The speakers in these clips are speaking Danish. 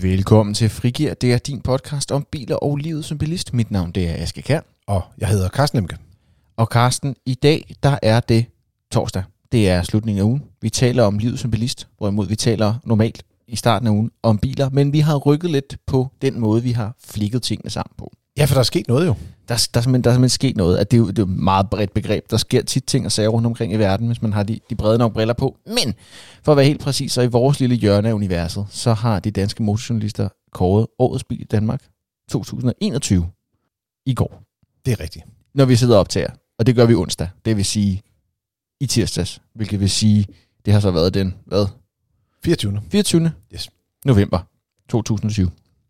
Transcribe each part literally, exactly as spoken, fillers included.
Velkommen til Frigir. Det er din podcast om biler og livet som bilist. Mit navn det er Aske Kjær. Og jeg hedder Carsten Lemke. Og Carsten, i dag der er det torsdag. Det er slutningen af ugen. Vi taler om livet som bilist, hvorimod vi taler normalt i starten af ugen om biler. Men vi har rykket lidt på den måde, vi har flikket tingene sammen på. Ja, for der er sket noget jo. Der, der, er, simpelthen, der er simpelthen sket noget. At det, er jo, det er jo et meget bredt begreb. Der sker tit ting og sager rundt omkring i verden, hvis man har de, de brede nok briller på. Men for at være helt præcis, så i vores lille hjørne af universet, så har de danske motorjournalister kåret årets bil i Danmark to tusind og enogtyve i går. Det er rigtigt. Når vi sidder og optager. Og det gør vi onsdag. Det vil sige i tirsdags. Hvilket vil sige, det har så været den, hvad? fireogtyvende fireogtyvende Yes. november to tusind og tyve.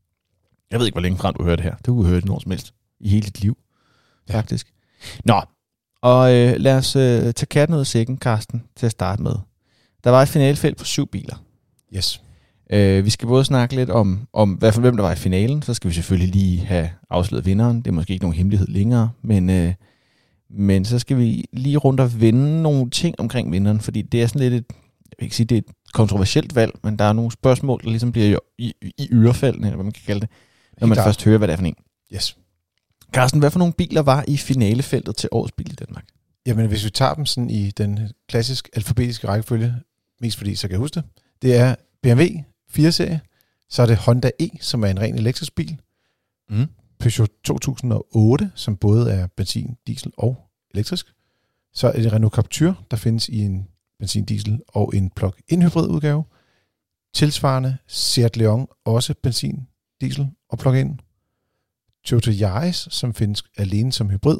Jeg ved ikke, hvor længe frem du hører det her. Du kunne høre det når som helst. I hele dit liv, ja. Faktisk. Nå, og øh, lad os øh, tage katten ud af sækken, Carsten, til at starte med. Der var et finalefelt på syv biler. Yes. Øh, vi skal både snakke lidt om, om, hvad for hvem der var i finalen. Så skal vi selvfølgelig lige have afsløret vinderen. Det er måske ikke nogen hemmelighed længere, men, øh, men så skal vi lige rundt og vende nogle ting omkring vinderen, fordi det er sådan lidt et, jeg vil ikke sige, det er et kontroversielt valg, men der er nogle spørgsmål, der ligesom bliver i, i, i ørefaldene, eller hvad man kan kalde det, når man først hører, hvad det er for en. Yes. Carsten, hvad for nogle biler var i finalefeltet til årets bil i Danmark? Jamen, hvis vi tager dem sådan i den klassisk alfabetiske rækkefølge, mest fordi så kan jeg huske det, det er B M W fire serie, så er det Honda E, som er en ren elektrisk bil, mm. Peugeot to tusind og otte, som både er benzin, diesel og elektrisk, så er det Renault Captur, der findes i en benzin, diesel og en plug-in hybrid udgave, tilsvarende Seat Leon, også benzin, diesel og plug-in, Toyota Yaris, som findes alene som hybrid,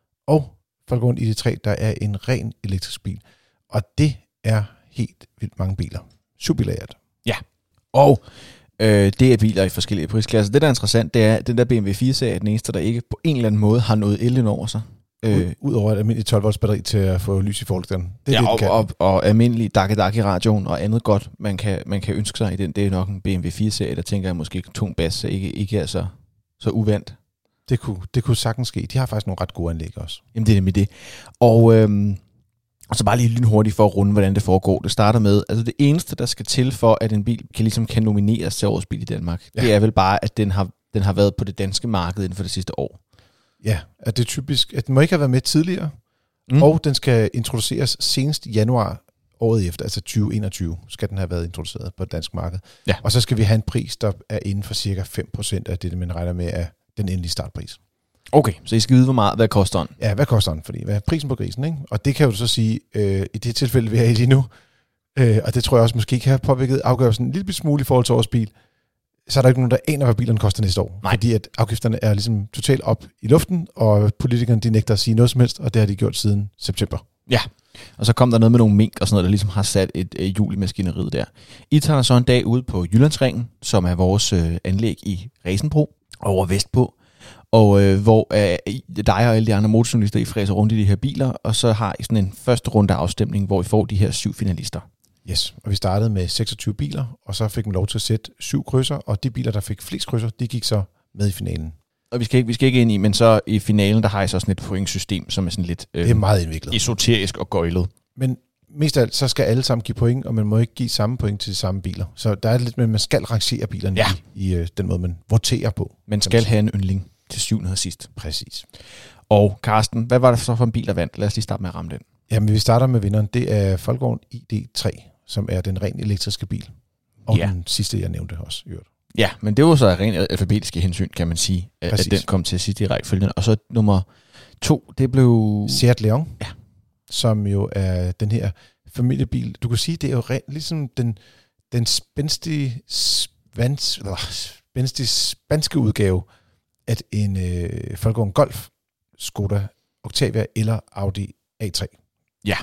og Volkswagen I D tre, der er en ren elektrisk bil. Og det er helt vildt mange biler. Syv biler er det. Ja, og øh, det er biler i forskellige prisklasser. Det, der er interessant, det er, at den der B M W fire serie er den eneste, der ikke på en eller anden måde har noget el ind over sig. Øh, Udover et almindeligt tolv volts batteri til at få lys i forlygterne. Det er ja, det, og, kan. og, og almindelig dak i radioen og andet godt, man kan, man kan ønske sig i den. Det er nok en B M W fire serie, der tænker jeg måske tung bas, så ikke, ikke er så, så uvandt. Det kunne, det kunne sagtens ske. De har faktisk nogle ret gode anlæg også. Jamen det er nemlig det. Og, øhm, og så bare lige lynhurtigt for at runde, hvordan det foregår. Det starter med, altså det eneste, der skal til for, at en bil kan, ligesom kan nomineres til årets bil i Danmark, ja. Det er vel bare, at den har, den har været på det danske marked inden for det sidste år. Ja, at det er typisk, at den må ikke have været med tidligere, mm. og den skal introduceres senest i januar året efter, altså tyve enogtyve, skal den have været introduceret på det danske marked. Ja. Og så skal vi have en pris, der er inden for cirka fem procent af det, man regner med er den endelige startpris. Okay, så I skal vide, hvor meget, hvad koster den? Ja, hvad koster den? Fordi hvad er prisen på grisen, ikke? Og det kan du så sige, øh, i det tilfælde, vi er i lige nu, øh, og det tror jeg også måske kan have påvirket afgørelsen en lille smule i forhold til årets bil, så er der ikke nogen, der aner, hvad bilerne koster næste år. Nej. Fordi at afgifterne er ligesom totalt op i luften, og politikerne de nægter at sige noget som helst, og det har de gjort siden september. Ja, og så kom der noget med nogle mink og sådan noget, der ligesom har sat et øh, hjul i maskineriet der. I tager så en dag ud på Jyllandsringen, som er vores øh, anlæg i Resenbro, over vestpå, og øh, hvor øh, dig og alle de andre motorjournalister I fræser rundt i de her biler, og så har I sådan en første runde afstemning, hvor I får de her syv finalister. Yes, og vi startede med seksogtyve biler, og så fik man lov til at sætte syv krydser, og de biler, der fik flest krydser, de gik så med i finalen. Og vi skal ikke, vi skal ikke ind i, men så i finalen, der har I så sådan et pointsystem, som er sådan lidt øh, det er meget indviklet. Esoterisk og gøjlet. Men mest af alt, så skal alle sammen give point, og man må ikke give samme point til de samme biler. Så der er lidt med, at man skal rangere bilerne ja. i, i øh, den måde, man voterer på. Man skal have en yndling til syvende og sidst. Præcis. Og Carsten, hvad var det så for en bil, der vandt? Lad os lige starte med at ramme den. Jamen, vi starter med vinderen. Det er Volkswagen I D tre, som er den ren elektriske bil. Og ja. Den sidste, jeg nævnte også. Hørt. Ja, men det var så rent alfabetiske hensyn, kan man sige, Præcis. At den kom til sidst i rækkefølgen. Og så nummer to, det blev... Seat Leon, ja. Som jo er den her familiebil. Du kan sige, det er jo rent, ligesom den, den spændstige, spans, øh, spændstige spanske udgave af en øh, Volkswagen Golf, Skoda Octavia eller Audi A tre. Ja,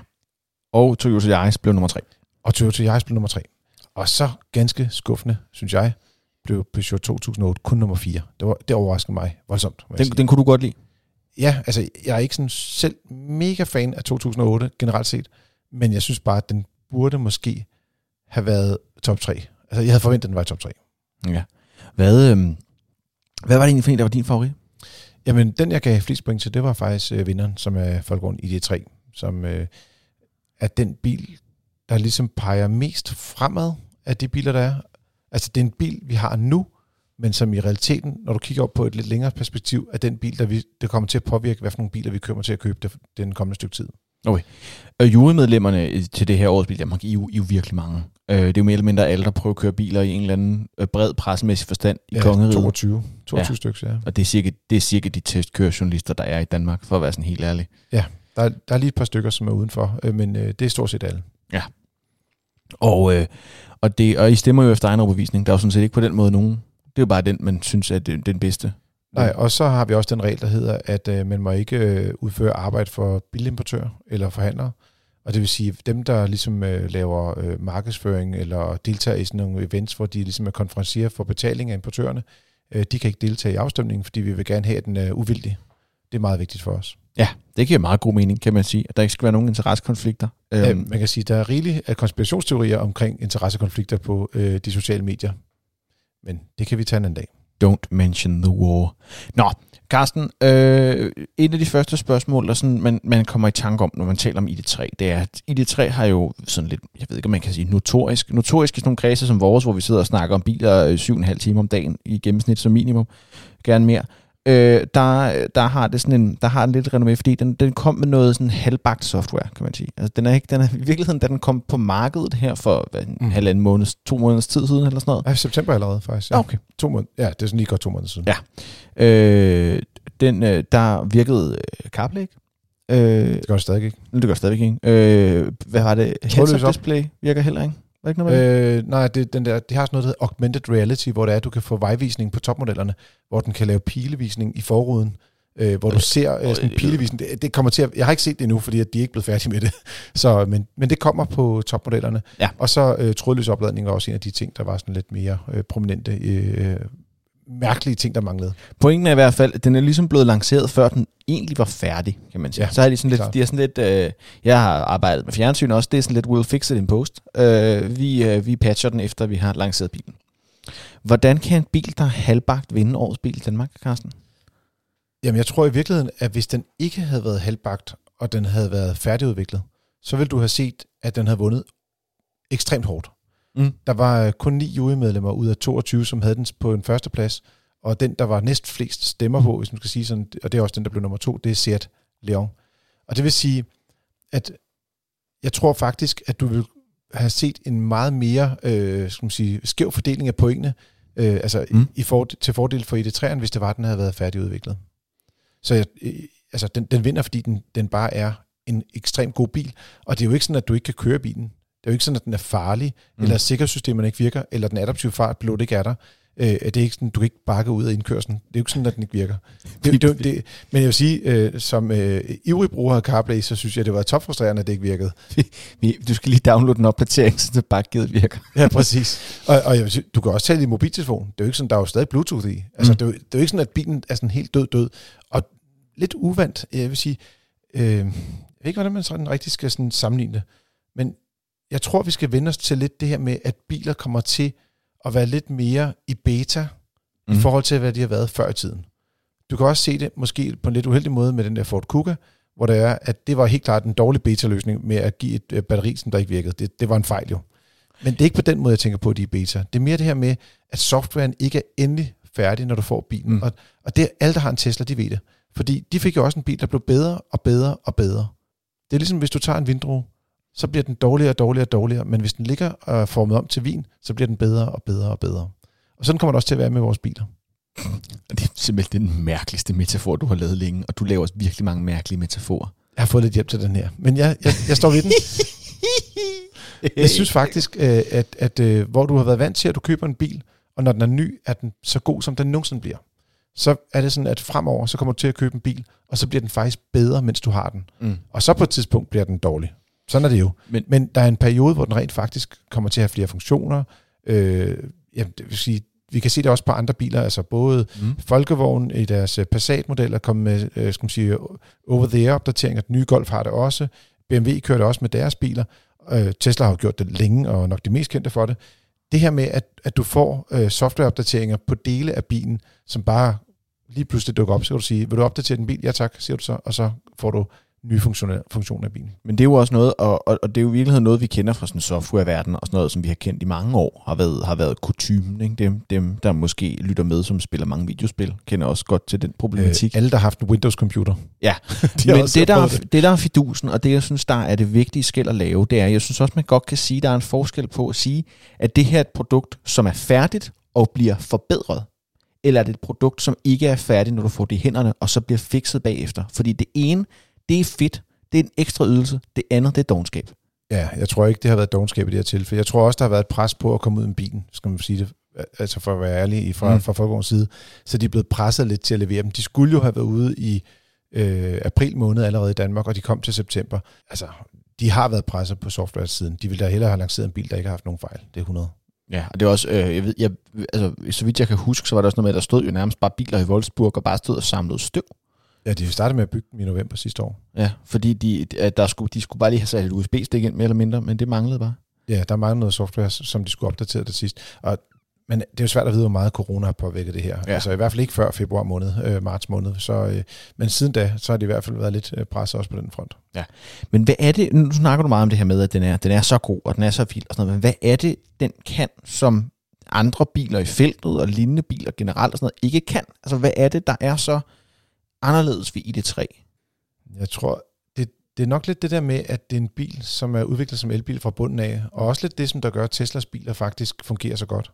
og Toyota Yaris blev nummer tre. Og Toyota Yaris blev nummer tre. Og så ganske skuffende, synes jeg, blev Peugeot to tusind og otte kun nummer fire. Det, var, det overraskede mig voldsomt. Den, den kunne du godt lide? Ja, altså jeg er ikke sådan selv mega fan af to tusind og otte generelt set, men jeg synes bare, at den burde måske have været top tre. Altså jeg havde forventet, at den var i top tre. Ja. Hvad, øhm, hvad var det egentlig for en, der var din favorit? Jamen den, jeg gav flest point til, det var faktisk øh, vinderen, som er Volkswagen I D tre, som øh, er den bil, der ligesom peger mest fremad af de biler, der er. Altså, det er en bil, vi har nu, men som i realiteten, når du kigger op på et lidt længere perspektiv, er den bil, der, vi, der kommer til at påvirke, hvad for nogle biler vi kommer til at købe det, den kommende stykke tid. Okay. Og jurymedlemmerne til det her års bil, Danmark, I er jo, I er jo virkelig mange. Det er jo mere eller mindre alle, der prøver at køre biler i en eller anden bred pressemæssig forstand i ja, kongeriget. toogtyve, toogtyve ja. stykker, ja. Og det er, cirka, det er cirka de testkørejournalister, der er i Danmark, for at være sådan helt ærlig. Ja, der er, der er lige et par stykker, som er udenfor, men øh, det er stort set alle. Ja. Og, øh, og, det, og I stemmer jo efter egen overbevisning. Der er jo sådan set ikke på den måde nogen. Det er jo bare den, man synes er den bedste. Nej, og så har vi også den regel, der hedder, at øh, man må ikke øh, udføre arbejde for bilimportører eller forhandlere. Og det vil sige, dem, der ligesom øh, laver øh, markedsføring eller deltager i sådan nogle events, hvor de ligesom er konferencier for betaling af importørerne, øh, de kan ikke deltage i afstemningen, fordi vi vil gerne have, at den er uvildig. Det er meget vigtigt for os. Ja, det giver meget god mening, kan man sige, at der ikke skal være nogen interessekonflikter. Ja, man kan sige, at der er rigeligt af konspirationsteorier omkring interessekonflikter på øh, de sociale medier. Men det kan vi tage en anden dag. Don't mention the war. Nå, Carsten, øh, et af de første spørgsmål, der sådan, man, man kommer i tanke om, når man taler om I D tre, det er, at I D tre har jo sådan lidt, jeg ved ikke, om man kan sige, notorisk, notorisk i sådan nogle kredse som vores, hvor vi sidder og snakker om biler syv og en halv time om dagen i gennemsnit som minimum, gerne mere. Øh, der, der har det sådan en, der har en lidt renommé, fordi den, den kom med noget sådan halvbagt software, kan man sige. Altså den er ikke, den er i virkeligheden, da den kom på markedet her for hvad, en mm. halvanden måneds, to måneders tid siden eller sådan noget. Ja, september allerede faktisk. Ja. Okay. To måneder. Ja, det er sådan lige godt to måneder siden. Ja. Øh, den, øh, der virkede øh, CarPlay. Øh, det gør det stadig ikke. Det gør det stadig ikke. Øh, hvad var det? Heads-up display virker heller ikke. Var ikke noget øh, nej, det, den der, det har sådan noget, der hedder augmented reality, hvor det er, at du kan få vejvisning på topmodellerne, hvor den kan lave pilevisning i forruden, øh, hvor du øh, ser øh, sådan en pilevisning. Det, det kommer til at, jeg har ikke set det endnu, fordi at de er ikke blevet færdige med det. Så, men, men det kommer på topmodellerne. Ja. Og så øh, trådløs opladning er også en af de ting, der var sådan lidt mere øh, prominente, øh, mærkelige ting, der manglede. Pointen er i hvert fald, at den er ligesom blevet lanceret, før den egentlig var færdig, kan man sige. Ja, så har de sådan lidt, de er sådan lidt, øh, jeg har arbejdet med fjernsyn også, det er sådan lidt, we'll fix it in post. Øh, vi, øh, vi patcher den, efter vi har lanceret bilen. Hvordan kan en bil, der er halvbagt, vinde årets bil i Danmark, Carsten? Jamen, jeg tror i virkeligheden, at hvis den ikke havde været halvbagt, og den havde været færdigudviklet, så ville du have set, at den havde vundet ekstremt hårdt. Mm. Der var kun ni jurymedlemmer ud af toogtyve, som havde den på en første plads, og den, der var næst flest stemmer på, hvis man skal sige sådan, og det er også den, der blev nummer to, det er Seat Leon. Og det vil sige, at jeg tror faktisk, at du vil have set en meget mere øh, skal man sige, skæv fordeling af pointene, øh, altså mm. i for, til fordel for I D tre'eren, hvis det var, den havde været færdigudviklet. Så jeg, øh, altså, den, den vinder, fordi den, den bare er en ekstremt god bil, og det er jo ikke sådan, at du ikke kan køre bilen. Det er jo ikke sådan, at den er farlig, mm. eller at sikkerhedssystemerne ikke virker, eller den adaptive fart pilot ikke er der. Øh, det er ikke sådan, du kan ikke bakke ud af indkørslen. Det er jo ikke sådan, at den ikke virker. Det, det, det, men jeg vil sige, øh, som øh, ivrig bruger af CarPlay, så synes jeg, det var topfrustrerende, at det ikke virkede. Du skal lige downloade en opdatering, så det bakkedet virker. Ja, præcis. Og, og jeg vil sige, du kan også tale i mobiltelefon. Det er jo ikke sådan, der er jo stadig Bluetooth i. Altså, mm. det, er jo, det er jo ikke sådan, at bilen er sådan helt død død. Og lidt uvandt, jeg vil sige, øh, jeg ved ikke, hvordan man sådan rigtig skal sådan sammenligne det, men jeg tror, vi skal vende os til lidt det her med, at biler kommer til at være lidt mere i beta, mm. i forhold til, hvad de har været før i tiden. Du kan også se det måske på en lidt uheldig måde med den der Ford Kuga, hvor det er, at det var helt klart en dårlig beta-løsning med at give et batteri, som der ikke virkede. Det, det var en fejl jo. Men det er ikke på den måde, jeg tænker på, at de er beta. Det er mere det her med, at softwaren ikke er endelig færdig, når du får bilen. Mm. Og, og det er alle, der har en Tesla, de ved det. Fordi de fik jo også en bil, der blev bedre og bedre og bedre. Det er ligesom, hvis du tager en vindrue, så bliver den dårligere og dårligere og dårligere, men hvis den ligger og formet om til vin, så bliver den bedre og bedre og bedre. Og sådan kommer det også til at være med vores biler. Det er simpelthen den mærkeligste metafor, du har lavet længe, og du laver også virkelig mange mærkelige metaforer. Jeg har fået lidt hjælp til den her, men jeg, jeg, jeg står ved den. Jeg synes faktisk, at, at, at hvor du har været vant til, at du køber en bil, og når den er ny, er den så god, som den nogensinde bliver. Så er det sådan, at fremover, så kommer du til at købe en bil, og så bliver den faktisk bedre, mens du har den. Mm. Og så på et tidspunkt bliver den dårlig. Sådan er det jo. Men, Men der er en periode, hvor den rent faktisk kommer til at have flere funktioner. Øh, jamen, det vil sige, vi kan se det også på andre biler, altså både mm. Folkevogn i deres Passat-modeller kommer med øh, skal man sige, over-the-air-opdateringer. Den nye Golf har det også. B M W kører det også med deres biler. Øh, Tesla har jo gjort det længe, og nok de mest kendte for det. Det her med, at, at du får øh, softwareopdateringer på dele af bilen, som bare lige pludselig dukker op, så kan du sige, vil du opdatere din bil? Ja tak, siger du så, og så får du nye funktioner, funktioner i bilen. Men det er jo også noget, og, og, og det er jo i virkeligheden noget, vi kender fra sådan softwareverden, og sådan noget, som vi har kendt i mange år, har været, har været kutymen. Ikke? Dem, dem, der måske lytter med, som spiller mange videospil, kender også godt til den problematik. Øh, alle, der har haft en Windows-computer. Ja, de men det der, det. det der er fidusen, og det jeg synes, der er det vigtige skæld at lave, det er, jeg synes også, man godt kan sige, der er en forskel på at sige, at det her er et produkt, som er færdigt og bliver forbedret, eller er det et produkt, som ikke er færdigt, når du får det i hænderne, og så bliver fikset bagefter. Fordi det ene, det er fedt, det er en ekstra ydelse, det andet, det er dovenskab. Ja, jeg tror ikke, det har været dovenskab i det her tilfælde. Jeg tror også, der har været et pres på at komme ud med bilen, skal man sige det, altså for at være ærlig, fra, mm. fra Folkevogns side. Så de er blevet presset lidt til at levere dem. De skulle jo have været ude i øh, april måned allerede i Danmark, og de kom til september. Altså, de har været presset på software-siden. De ville da hellere have lanceret en bil, der ikke har haft nogen fejl. Det er hundrede. Ja, og det er også, øh, jeg ved, jeg, altså, så vidt jeg kan huske, så var der også noget med, at der stod jo nærmest bare biler i Wolfsburg, og bare stod og samlede støv. Ja, de startede med at bygge dem i november sidste år. Ja, fordi de, der skulle, de skulle bare lige have sat et U S B-stik ind, mere eller mindre, men det manglede bare. Ja, der manglede noget software, som de skulle opdatere det sidst. Og, men det er jo svært at vide, hvor meget corona har påvirket det her. Ja. Altså i hvert fald ikke før februar måned, øh, marts måned. Så, øh, men siden da, så har det i hvert fald været lidt øh, presset også på den front. Ja, men hvad er det, nu snakker du meget om det her med, at den er, den er så god, og den er så vild og sådan noget, men hvad er det, den kan, som andre biler i feltet, og lignende biler generelt og sådan noget, ikke kan? Altså hvad er det, der er så anderledes ved I D tre? Jeg tror, det, det er nok lidt det der med, at det er en bil, som er udviklet som elbil fra bunden af, og også lidt det, som der gør, at Teslas biler faktisk fungerer så godt.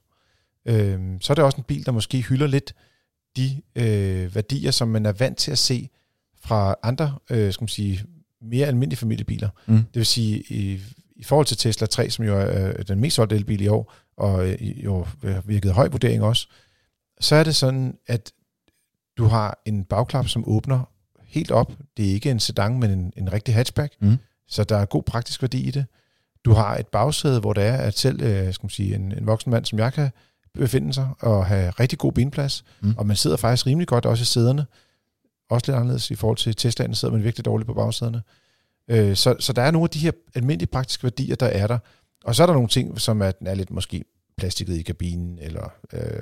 Øhm, så er det også en bil, der måske hylder lidt de øh, værdier, som man er vant til at se fra andre, øh, skal man sige, mere almindelige familiebiler. Mm. Det vil sige, i, i forhold til Tesla tre, som jo er den mest solgte elbil i år, og øh, jo virkede høj vurdering også, så er det sådan, at du har en bagklap, som åbner helt op. Det er ikke en sedan, men en, en rigtig hatchback. Mm. Så der er god praktisk værdi i det. Du har et bagsæde, hvor der er, at selv øh, skal man sige, en, en voksen mand, som jeg kan befinde sig, og have rigtig god benplads. Mm. Og man sidder faktisk rimelig godt også i sæderne. Også lidt anderledes i forhold til Teslaen, sidder man virkelig dårligt på bagsæderne. Øh, så, så der er nogle af de her almindelige praktiske værdier, der er der. Og så er der nogle ting, som er, er lidt måske plastikket i kabinen, eller øh,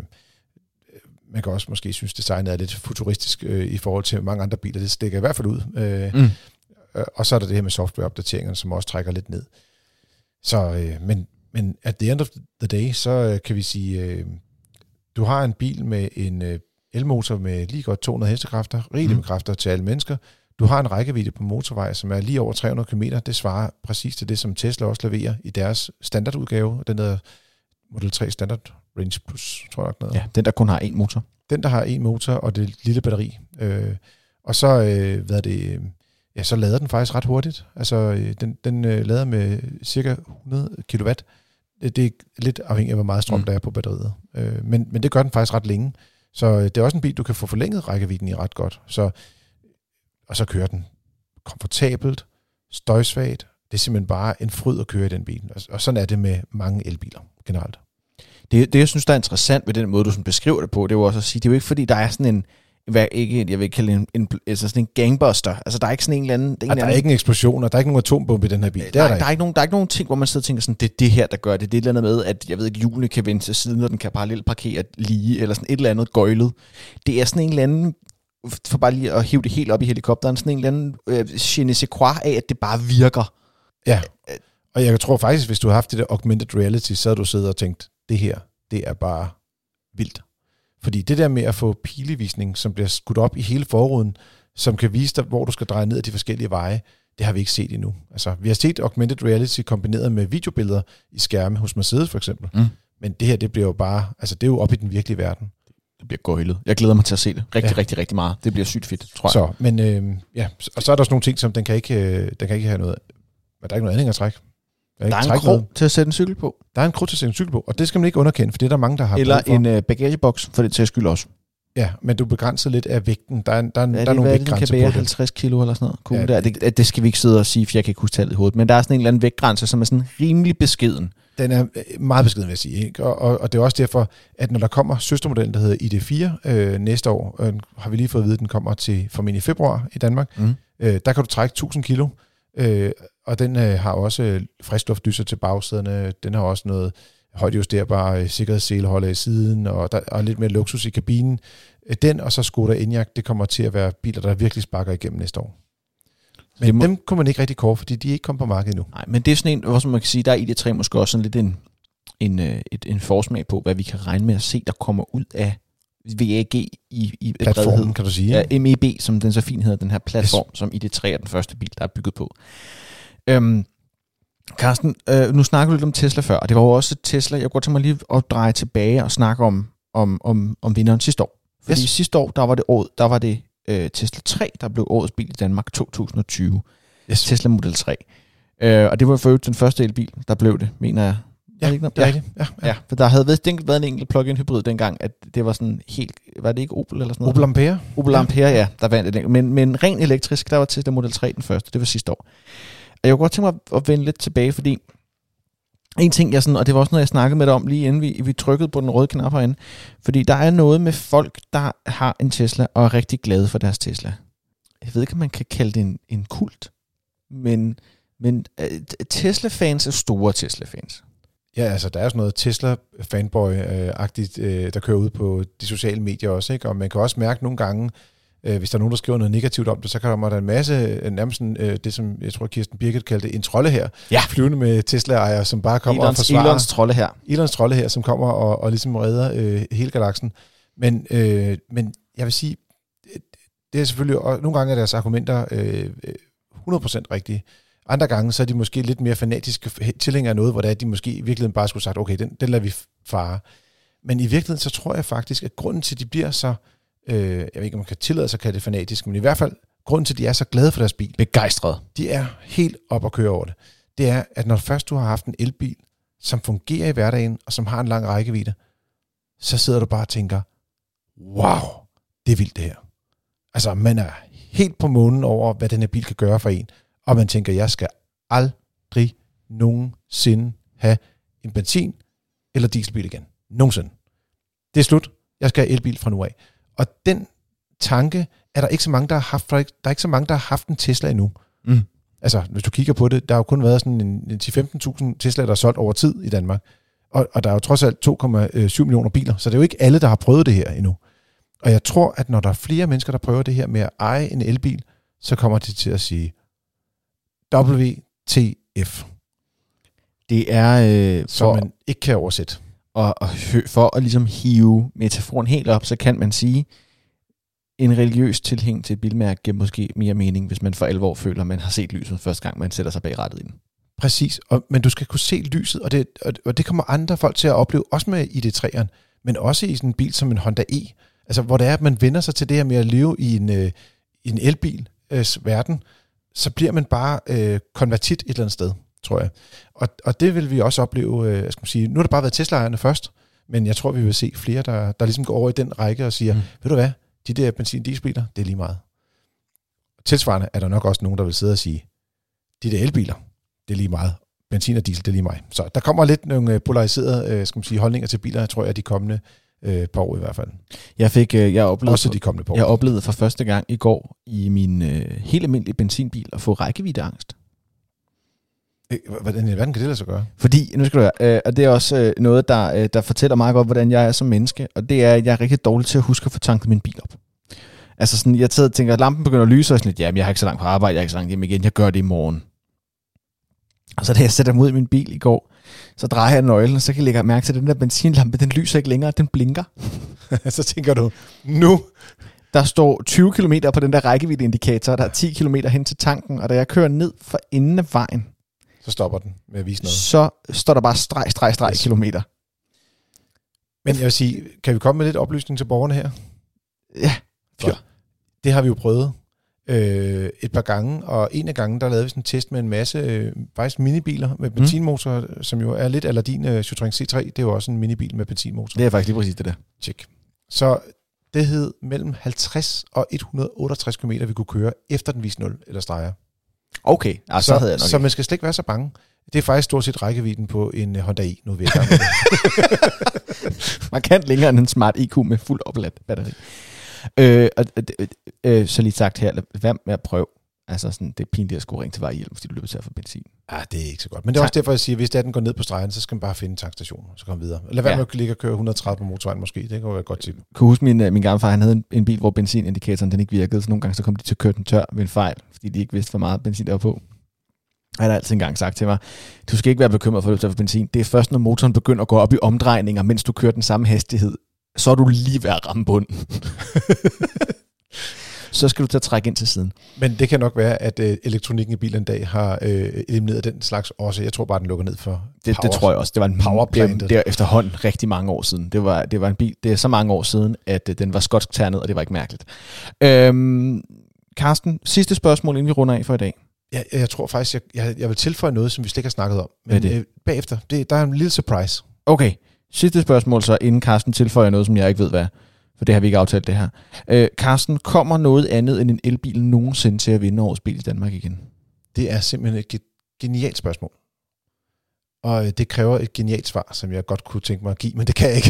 man kan også måske synes, designet er lidt futuristisk øh, i forhold til mange andre biler. Det stikker i hvert fald ud. Øh, mm. øh, og så er der det her med softwareopdateringerne, som også trækker lidt ned. Så, øh, men, men at the end of the day, så øh, kan vi sige, øh, du har en bil med en øh, elmotor med lige godt to hundrede hestekræfter, rigeligt mm. med kræfter til alle mennesker. Du har en rækkevidde på motorvej, som er lige over tre hundrede kilometer. Det svarer præcis til det, som Tesla også leverer i deres standardudgave. Den der Model tre Standard Range Plus, tror jeg nok noget. Ja, den der kun har én motor. Den der har én motor og det lille batteri. Øh, og så, øh, hvad er det, ja, så lader den faktisk ret hurtigt. Altså, øh, den, den øh, lader med cirka hundrede kilowatt. Det er lidt afhængigt af, hvor meget strøm mm. der er på batteriet. Øh, men, men det gør den faktisk ret længe. Så øh, det er også en bil, du kan få forlænget rækkevidden i ret godt. Så, og så kører den komfortabelt, støjsvagt. Det er simpelthen bare en fryd at køre i den bil. Og, og sådan er det med mange elbiler generelt. Det, det, jeg synes, der er interessant ved den måde, du sådan beskriver det på, det er jo også at sige, det er jo ikke fordi, der er sådan en, hvad, ikke, jeg vil kalde en, en, altså sådan en gangbuster. Altså, der er ikke sådan en eller anden... Der er, der er ikke en eksplosion, og der er ikke nogen atombombe i den her bil. Det der, er der, der, der, er ikke nogen, der er ikke nogen ting, hvor man sidder og tænker sådan, det er det her, der gør det. Det er et eller andet med, at jeg ved ikke, hjulene kan vende til siden, og den kan parallelt parkere lige, eller sådan et eller andet gøjlet. Det er sådan en eller anden, for bare lige at hive det helt op i helikopteren, sådan en eller anden øh, je ne sais quoi af, at det bare virker. Ja, og jeg tror faktisk, hvis du har haft det der augmented reality, så havde du siddet og tænkt, det her, det er bare vildt. Fordi det der med at få pilevisning, som bliver skudt op i hele forruden, som kan vise dig, hvor du skal dreje ned ad de forskellige veje, det har vi ikke set endnu. Altså, vi har set augmented reality kombineret med videobilleder i skærme hos Mercedes for eksempel. Mm. Men det her, det bliver jo bare, altså det er jo op i den virkelige verden. Det bliver gøjlet. Jeg glæder mig til at se det. Rigtig, ja. rigtig, rigtig meget. Det bliver sygt fedt, tror jeg. Så, men øh, ja, og så er der også nogle ting, som den kan ikke, øh, den kan ikke have noget, men der er ikke noget anhængertræk. Der er, der er en krog til at sætte en cykel på. Der er en krog til at sætte en cykel på, og det skal man ikke underkende, for det er der mange, der har eller en uh, bagageboks, for det til at skylde også. Ja, men du begrænser lidt af vægten. Der er, der er, ja, der er nogle vægtgrænser på det. halvtreds kilo eller sådan noget. Cool, ja, der. Det, det skal vi ikke sidde og sige, for jeg kan ikke huske tallet i hovedet. Men der er sådan en eller anden vægtgrænse, som er sådan rimelig beskeden. Den er meget beskeden, vil jeg sige. Ikke? Og, og, og det er også derfor, at når der kommer søstermodellen, der hedder I D fire øh, næste år, øh, har vi lige fået at vide, at den kommer til formentlig i februar i Danmark. Mm. Øh, der kan du trække tusind kilo. Øh, og den øh, har også øh, friskluftdyser til bagsæderne. Den har også noget højt justerbare øh, sikkerhedsseleholder i siden, og der er lidt mere luksus i kabinen. Øh, den og så Skoda Enyaq, det kommer til at være biler, der virkelig sparker igennem næste år. Men må... dem kunne man ikke rigtig kåre, fordi de er ikke kommet på markedet endnu. Nej, men det er sådan en, hvor som man kan sige, der er I D tre måske også sådan lidt en, en, et, en forsmag på, hvad vi kan regne med at se, der kommer ud af V A G i, i platformen, kan du sige. Ja, M E B, som den så fint hedder, den her platform, yes. som I D tre er den første bil, der er bygget på. Øhm, Carsten, øh, nu snakker du lidt om Tesla før, og det var jo også Tesla. Jeg går til mig lige at dreje tilbage og snakke om, om, om, om vinderen sidste år. Fordi yes. sidste år, der var det, år, der var det øh, Tesla tre, der blev årets bil i Danmark to tusind og tyve. Yes. Tesla Model tre. Øh, og det var for øvrigt den første elbil, der blev det, mener jeg. Ja, det er rigtigt. Ja, ja. ja, for der havde vist været en enkelt plug-in hybrid dengang, at det var sådan helt, var det ikke Opel eller sådan noget? Opel Ampere. Opel Ampere, ja, der vandt det. Men, men ren elektrisk, der var Tesla Model tre den første, det var sidste år. Og jeg kunne godt tænke mig at vende lidt tilbage, fordi en ting, jeg sådan, og det var også noget, jeg snakkede med dig om lige inden vi, vi trykkede på den røde knap herinde, fordi der er noget med folk, der har en Tesla og er rigtig glade for deres Tesla. Jeg ved ikke, om man kan kalde det en, en kult, men, men uh, Tesla-fans er store Tesla-fans. Ja, altså der er sådan noget Tesla-fanboy-agtigt, øh, der kører ud på de sociale medier også, ikke? Og man kan også mærke nogle gange, øh, hvis der er nogen, der skriver noget negativt om det, så kommer der en masse, nærmest sådan, øh, det som jeg tror Kirsten Birgit kaldte en trolde her, ja. flyvende med Tesla-ejere, som bare kommer Elons, og forsvarer. Elons trolde her. Elons trolde her, som kommer og, og ligesom redder øh, hele galaksen. Men, øh, men jeg vil sige, det er selvfølgelig, og nogle gange er deres argumenter øh, hundrede procent rigtige. Andre gange, så er de måske lidt mere fanatiske tilhængere af noget, hvor det er, de måske i virkeligheden bare skulle sagt, okay, den, den lader vi fare. Men i virkeligheden, så tror jeg faktisk, at grunden til, at de bliver så, øh, jeg ved ikke, om man kan tillade sig at kalde det fanatisk, men i hvert fald, grunden til, at de er så glade for deres bil, begejstrede, de er helt op at køre over det, det er, at når først du har haft en elbil, som fungerer i hverdagen, og som har en lang rækkevidde, så sidder du bare og tænker, wow, det er vildt det her. Altså, man er helt på månen over, hvad den her bil kan gøre for en, og man tænker, jeg skal aldrig nogensinde have en benzin- eller dieselbil igen. Nogensinde. Det er slut. Jeg skal have elbil fra nu af. Og den tanke er der ikke så mange, der har haft. Der er ikke så mange, der har haft en Tesla endnu. Mm. Altså, hvis du kigger på det, der har jo kun været sådan en, en ti til femten tusind Tesla, der er solgt over tid i Danmark. Og, og der er jo trods alt to komma syv millioner biler, så det er jo ikke alle, der har prøvet det her endnu. Og jeg tror, at når der er flere mennesker, der prøver det her med at eje en elbil, så kommer de til at sige W T F. Det er øh, som man ikke kan oversætte. Og, og for at ligesom hive metaforen helt op, så kan man sige, en religiøs tilhæng til et bilmærke giver måske mere mening, hvis man for alvor føler, at man har set lyset første gang, man sætter sig bag rattet i den. Præcis, og, men du skal kunne se lyset, og det, og, og det kommer andre folk til at opleve, også med I D tre'eren, men også i sådan en bil som en Honda E, altså hvor det er, at man vender sig til det her med at leve i en, øh, i en elbil øh, verden, så bliver man bare øh, konvertit et eller andet sted, tror jeg. Og, og det vil vi også opleve, øh, jeg skal sige, nu har det bare været Tesla-ejerne først, men jeg tror, vi vil se flere, der, der ligesom går over i den række og siger, mm. ved du hvad, de der benzin-dieselbiler, det er lige meget. Tilsvarende er der nok også nogen, der vil sidde og sige, de der elbiler, det er lige meget. Benzin og diesel, det er lige mig. Så der kommer lidt nogle polariserede øh, skal man sige, holdninger til biler, tror jeg, de kommende øh, par år i hvert fald. Jeg fik, øh, jeg oplevede, også de kommende par år. Jeg oplevede for første gang i går i min øh, helt almindelige benzinbil at få rækkeviddeangst. Hvordan, hvordan kan det lade sig gøre? Fordi, nu skal du høre, øh, og det er også øh, noget, der, øh, der fortæller meget godt, hvordan jeg er som menneske, og det er, at jeg er rigtig dårlig til at huske at få tanket min bil op. Altså sådan, jeg tager, tænker, at lampen begynder at lyse, og sådan lidt, jamen, jeg har ikke så langt på arbejde, jeg har ikke så langt hjem igen, jeg gør det i morgen. Og så da jeg sætter mig ud i min bil i går, så drejer jeg nøglen, og så kan jeg lægge mærke til, at den der benzinlampe, den lyser ikke længere, den blinker. Så tænker du, nu... Der står tyve kilometer på den der rækkeviddeindikator, og der er ti kilometer hen til tanken, og da jeg kører ned for enden af vejen, så stopper den med at vise noget. Så står der bare streg, streg, streg yes. kilometer. Men jeg vil sige, kan vi komme med lidt oplysning til borgerne her? Ja, fyr. Det har vi jo prøvet øh, et par gange, og en af gangen, der lavede vi sådan en test med en masse øh, faktisk minibiler med benzinmotor, mm. som jo er lidt eller din øh, Citroën C tre, det er jo også en minibil med benzinmotor. Det er faktisk lige præcis det der. Check. Så det hed mellem halvtreds og et hundrede og otteogtres kilometer, vi kunne køre, efter den viste nul eller streger. Okay, altså, så, så havde jeg nok Så man skal slet ikke være så bange. Det er faktisk stort set rækkevidden på en Honda E, nu ved jeg. Man kan længere end en Smart E Q med fuld opladt batteri. Øh, og, øh, øh, så lige sagt her, hvad med at prøve. Altså sådan, det er pinligt at skulle ringe til Vejhjælp, fordi du løber til at få benzin. Ja, det er ikke så godt. Men det er også derfor, jeg siger, at hvis det er, den går ned på stregen, så skal man bare finde en tankstation, og så komme videre. Lad være ja. med at ligge og køre et hundrede og tredive på motorvejen måske. Det kan jo være et godt tip. Jeg kan huske, min, min gamle far, han havde en, en bil, hvor benzinindikatoren den ikke virkede, så nogle gange så kom de til at køre den tør ved en fejl, fordi de ikke vidste, hvor meget benzin der var på. Han har altid engang sagt til mig, du skal ikke være bekymret for, at du tager for benzin. Det er først, når motoren begynder at gå op i omdrejninger, mens du kører den samme hastighed, så er du lige ved at ramme bunden. Så skal du til at trække ind til siden. Men det kan nok være, at øh, elektronikken i bilen en dag har øh, elimineret den slags også. Jeg tror bare, den lukker ned for det, det tror jeg også. Det var en powerplant. Det, det er efterhånden rigtig mange år siden. Det var, det var en bil, det er så mange år siden, at øh, den var skotsk ternet, og det var ikke mærkeligt. Øhm, Carsten, sidste spørgsmål, inden vi runder af for i dag. Jeg, jeg tror faktisk, jeg, jeg, jeg vil tilføje noget, som vi slet ikke har snakket om. Men det? Øh, bagefter, det, der er en lille surprise. Okay, sidste spørgsmål så, inden Carsten tilføjer noget, som jeg ikke ved hvad. For det har vi ikke aftalt det her. Øh, Carsten, kommer noget andet end en elbil nogensinde til at vinde årets bil i Danmark igen? Det er simpelthen et genialt spørgsmål. Og det kræver et genialt svar, som jeg godt kunne tænke mig at give, men det kan jeg ikke.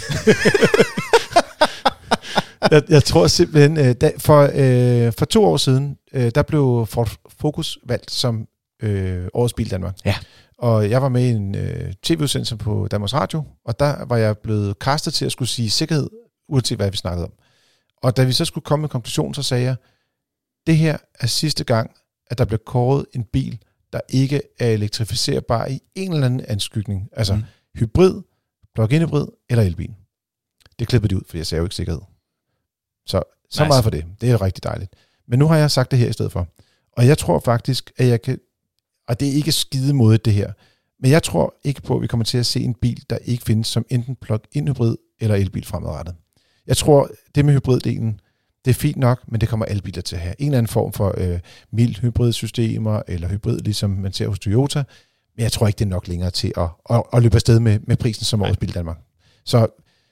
jeg, jeg tror simpelthen, da, for, øh, for to år siden, øh, der blev Ford Focus valgt som øh, årets bil i Danmark. Ja. Og jeg var med i en øh, tv-udsendelse på Danmarks Radio, og der var jeg blevet castet til at skulle sige sikkerhed, uanset hvad vi snakkede om. Og da vi så skulle komme med konklusion, så sagde jeg, det her er sidste gang, at der blev kåret en bil, der ikke er elektrificerbar i en eller anden anskygning. Altså mm. hybrid, plug-in hybrid eller elbil. Det klippede de ud, for jeg sagde jo ikke sikkerhed. Så, så nice. Meget for det. Det er rigtig dejligt. Men nu har jeg sagt det her i stedet for. Og jeg tror faktisk, at jeg kan, og det er ikke skidemodigt det her, men jeg tror ikke på, at vi kommer til at se en bil, der ikke findes som enten plug-in hybrid eller elbil fremadrettet. Jeg tror, det med hybriddelen, det er fint nok, men det kommer alle biler til at have. En eller anden form for øh, mild hybridsystemer, eller hybrid, ligesom man ser hos Toyota. Men jeg tror ikke, det er nok længere til at, at, at løbe afsted med, med prisen som årets bil i Danmark. Så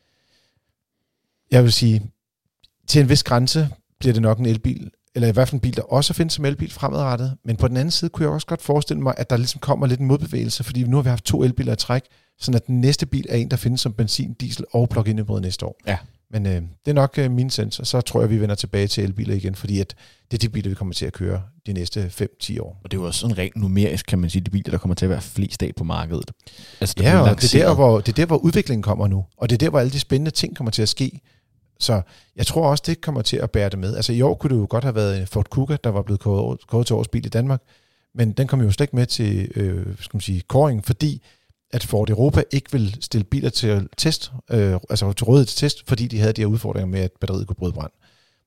jeg vil sige, til en vis grænse bliver det nok en elbil, eller i hvert fald en bil, der også findes som elbil fremadrettet. Men på den anden side kunne jeg også godt forestille mig, at der ligesom kommer lidt en modbevægelse, fordi nu har vi haft to elbiler i træk, sådan at den næste bil er en, der findes som benzin, diesel og plug-in hybrid næste år. Ja. Men øh, det er nok øh, min sens, og så tror jeg, vi vender tilbage til elbiler igen, fordi at det er de biler, vi kommer til at køre de næste fem til ti år. Og det er jo også sådan rent numerisk, kan man sige, de biler, der kommer til at være flest af på markedet. Altså, ja, og det er, der, hvor, det er der, hvor udviklingen kommer nu, og det er der, hvor alle de spændende ting kommer til at ske. Så jeg tror også, det kommer til at bære det med. Altså i år kunne det jo godt have været en Ford Kuga, der var blevet kåret til årets bil i Danmark, men den kom jo slet ikke med til øh, skal man sige, kåringen, fordi at Ford Europa ikke vil stille biler til test, øh, altså til rådighed til test, fordi de havde de her udfordringer med, at batteriet kunne bryde brand.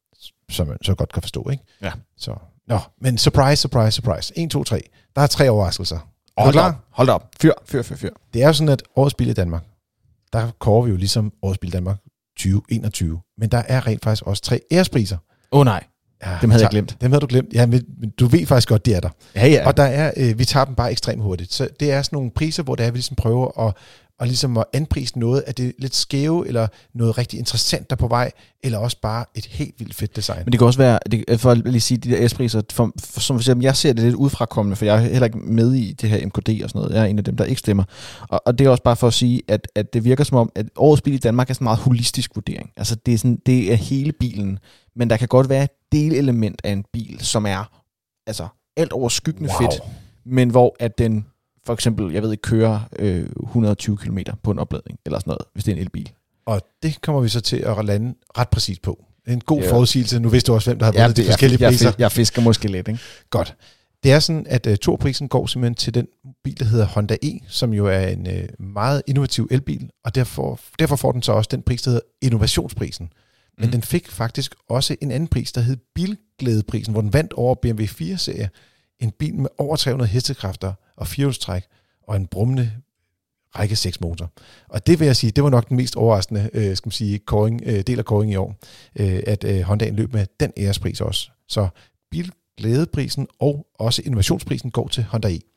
Som man så godt kan forstå, ikke? Ja. Så, nå, men surprise, surprise, surprise. en, to, tre. Der er tre overraskelser. Hold op, hold op. Fyr, fyr, fyr, fyr. Det er jo sådan, at årets bil i Danmark, der kårer vi jo ligesom årets bil i Danmark tyve enogtyve. Men der er rent faktisk også tre ærespriser. Åh oh, nej. Ja, dem havde jeg glemt. Dem havde du glemt. Ja, men, men du ved faktisk godt, de er der. Ja, ja. Og der er, øh, vi tager dem bare ekstremt hurtigt. Så det er sådan nogle priser, hvor det er, vi ligesom prøver at, og ligesom at anprise noget af det lidt skæve, eller noget rigtig interessant der på vej, eller også bare et helt vildt fedt design. Men det kan også være, det, for at lige sige, de der ærespriser, for, for, som for eksempel, jeg ser det lidt udefrakommende, for jeg er heller ikke med i det her M K D og sådan noget. Jeg er en af dem, der ikke stemmer. Og, og det er også bare for at sige, at, at det virker som om, at årets bil i Danmark er sådan en meget holistisk vurdering. Altså det er, sådan, det er hele bilen, men der kan godt være et delelement af en bil, som er altså alt overskyggende wow. fedt, men hvor at den for eksempel, jeg ved ikke, kører øh, et hundrede og tyve kilometer på en opladning, eller sådan noget, hvis det er en elbil. Og det kommer vi så til at lande ret præcist på. En god ja. forudsigelse. Nu vidste du også, hvem der har ja, vundet de forskellige jeg, priser. Jeg, jeg fisker måske lidt, ikke? Godt. Det er sådan, at uh, Thor-prisen går simpelthen til den bil, der hedder Honda E, som jo er en uh, meget innovativ elbil, og derfor, derfor får den så også den pris, der hedder Innovationsprisen. Men mm. den fik faktisk også en anden pris, der hed Bilglædeprisen, hvor den vandt over B M W fire-serie. En bil med over tre hundrede hestekræfter og firehjulstræk og en brummende række seks motor. Og det vil jeg sige, det var nok den mest overraskende øh, skal man sige, kåring, øh, del af kåringen i år, øh, at øh, Hondaen løb med den ærespris også. Så Bilglædeprisen og også innovationsprisen går til Honda E.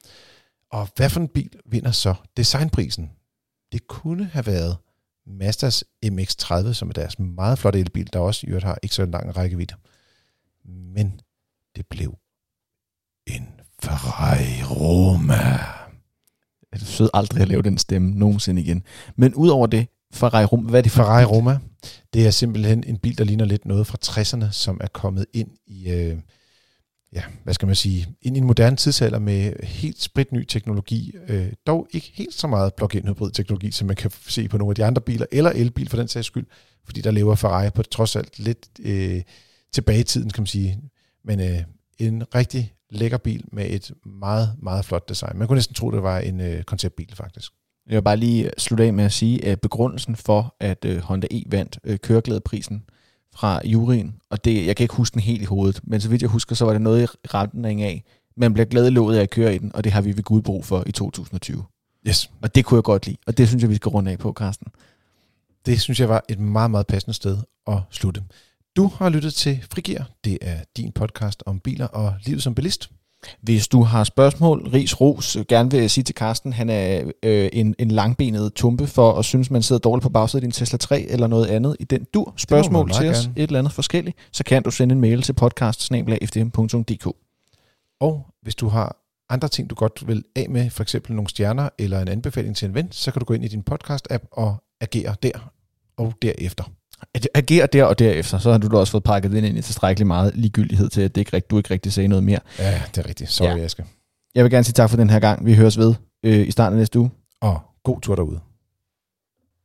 Og hvad for en bil vinder så designprisen? Det kunne have været Mazdas M X tredive, som er deres meget flotte elbil, der også i øvrigt har ikke så lang rækkevidde. Men det blev en Ferrari Roma. Jeg sød aldrig at lave den stemme nogensinde igen. Men udover det, Ferrari Roma, hvad er det for Ferrari Roma? Det er simpelthen en bil, der ligner lidt noget fra tresserne, som er kommet ind i, øh, ja, hvad skal man sige, ind i en moderne tidsalder med helt spritny teknologi, øh, dog ikke helt så meget plug-in hybrid teknologi, som man kan se på nogle af de andre biler, eller elbil for den sags skyld, fordi der lever Ferrari på trods alt lidt øh, tilbage i tiden, kan man sige. Men øh, en rigtig lækker bil med et meget, meget flot design. Man kunne næsten tro, det var en øh, konceptbil, faktisk. Jeg vil bare lige slutte af med at sige, at begrundelsen for, at øh, Honda E vandt øh, køreglædeprisen fra juryen, og det, jeg kan ikke huske den helt i hovedet, men så vidt jeg husker, så var det noget i retning af, man bliver glædelovet af at køre i den, og det har vi ved Gud brug for i to tusind og tyve. Yes. Og det kunne jeg godt lide, og det synes jeg, vi skal runde af på, Carsten. Det synes jeg var et meget, meget passende sted at slutte. Du har lyttet til Frigir. Det er din podcast om biler og livet som bilist. Hvis du har spørgsmål, ris, ros, gerne vil jeg sige til Carsten, han er øh, en, en langbenet tumpe for at synes, man sidder dårligt på bagsædet i din Tesla tre eller noget andet i den dur. Spørgsmål til os, gerne. Et eller andet forskelligt, så kan du sende en mail til podcast snabel-a f d m punktum d k. Og hvis du har andre ting, du godt vil af med, for eksempel nogle stjerner eller en anbefaling til en ven, så kan du gå ind i din podcast-app og agere der og derefter. Ager der og derefter, så har du da også fået pakket den ind i tilstrækkeligt meget ligegyldighed til, at det ikke rigt, du ikke rigtig sagde noget mere. Ja, det er rigtigt. Sorry, ja. Aske. Jeg vil gerne sige tak for den her gang. Vi høres ved øh, i starten af næste uge. Og god tur derude.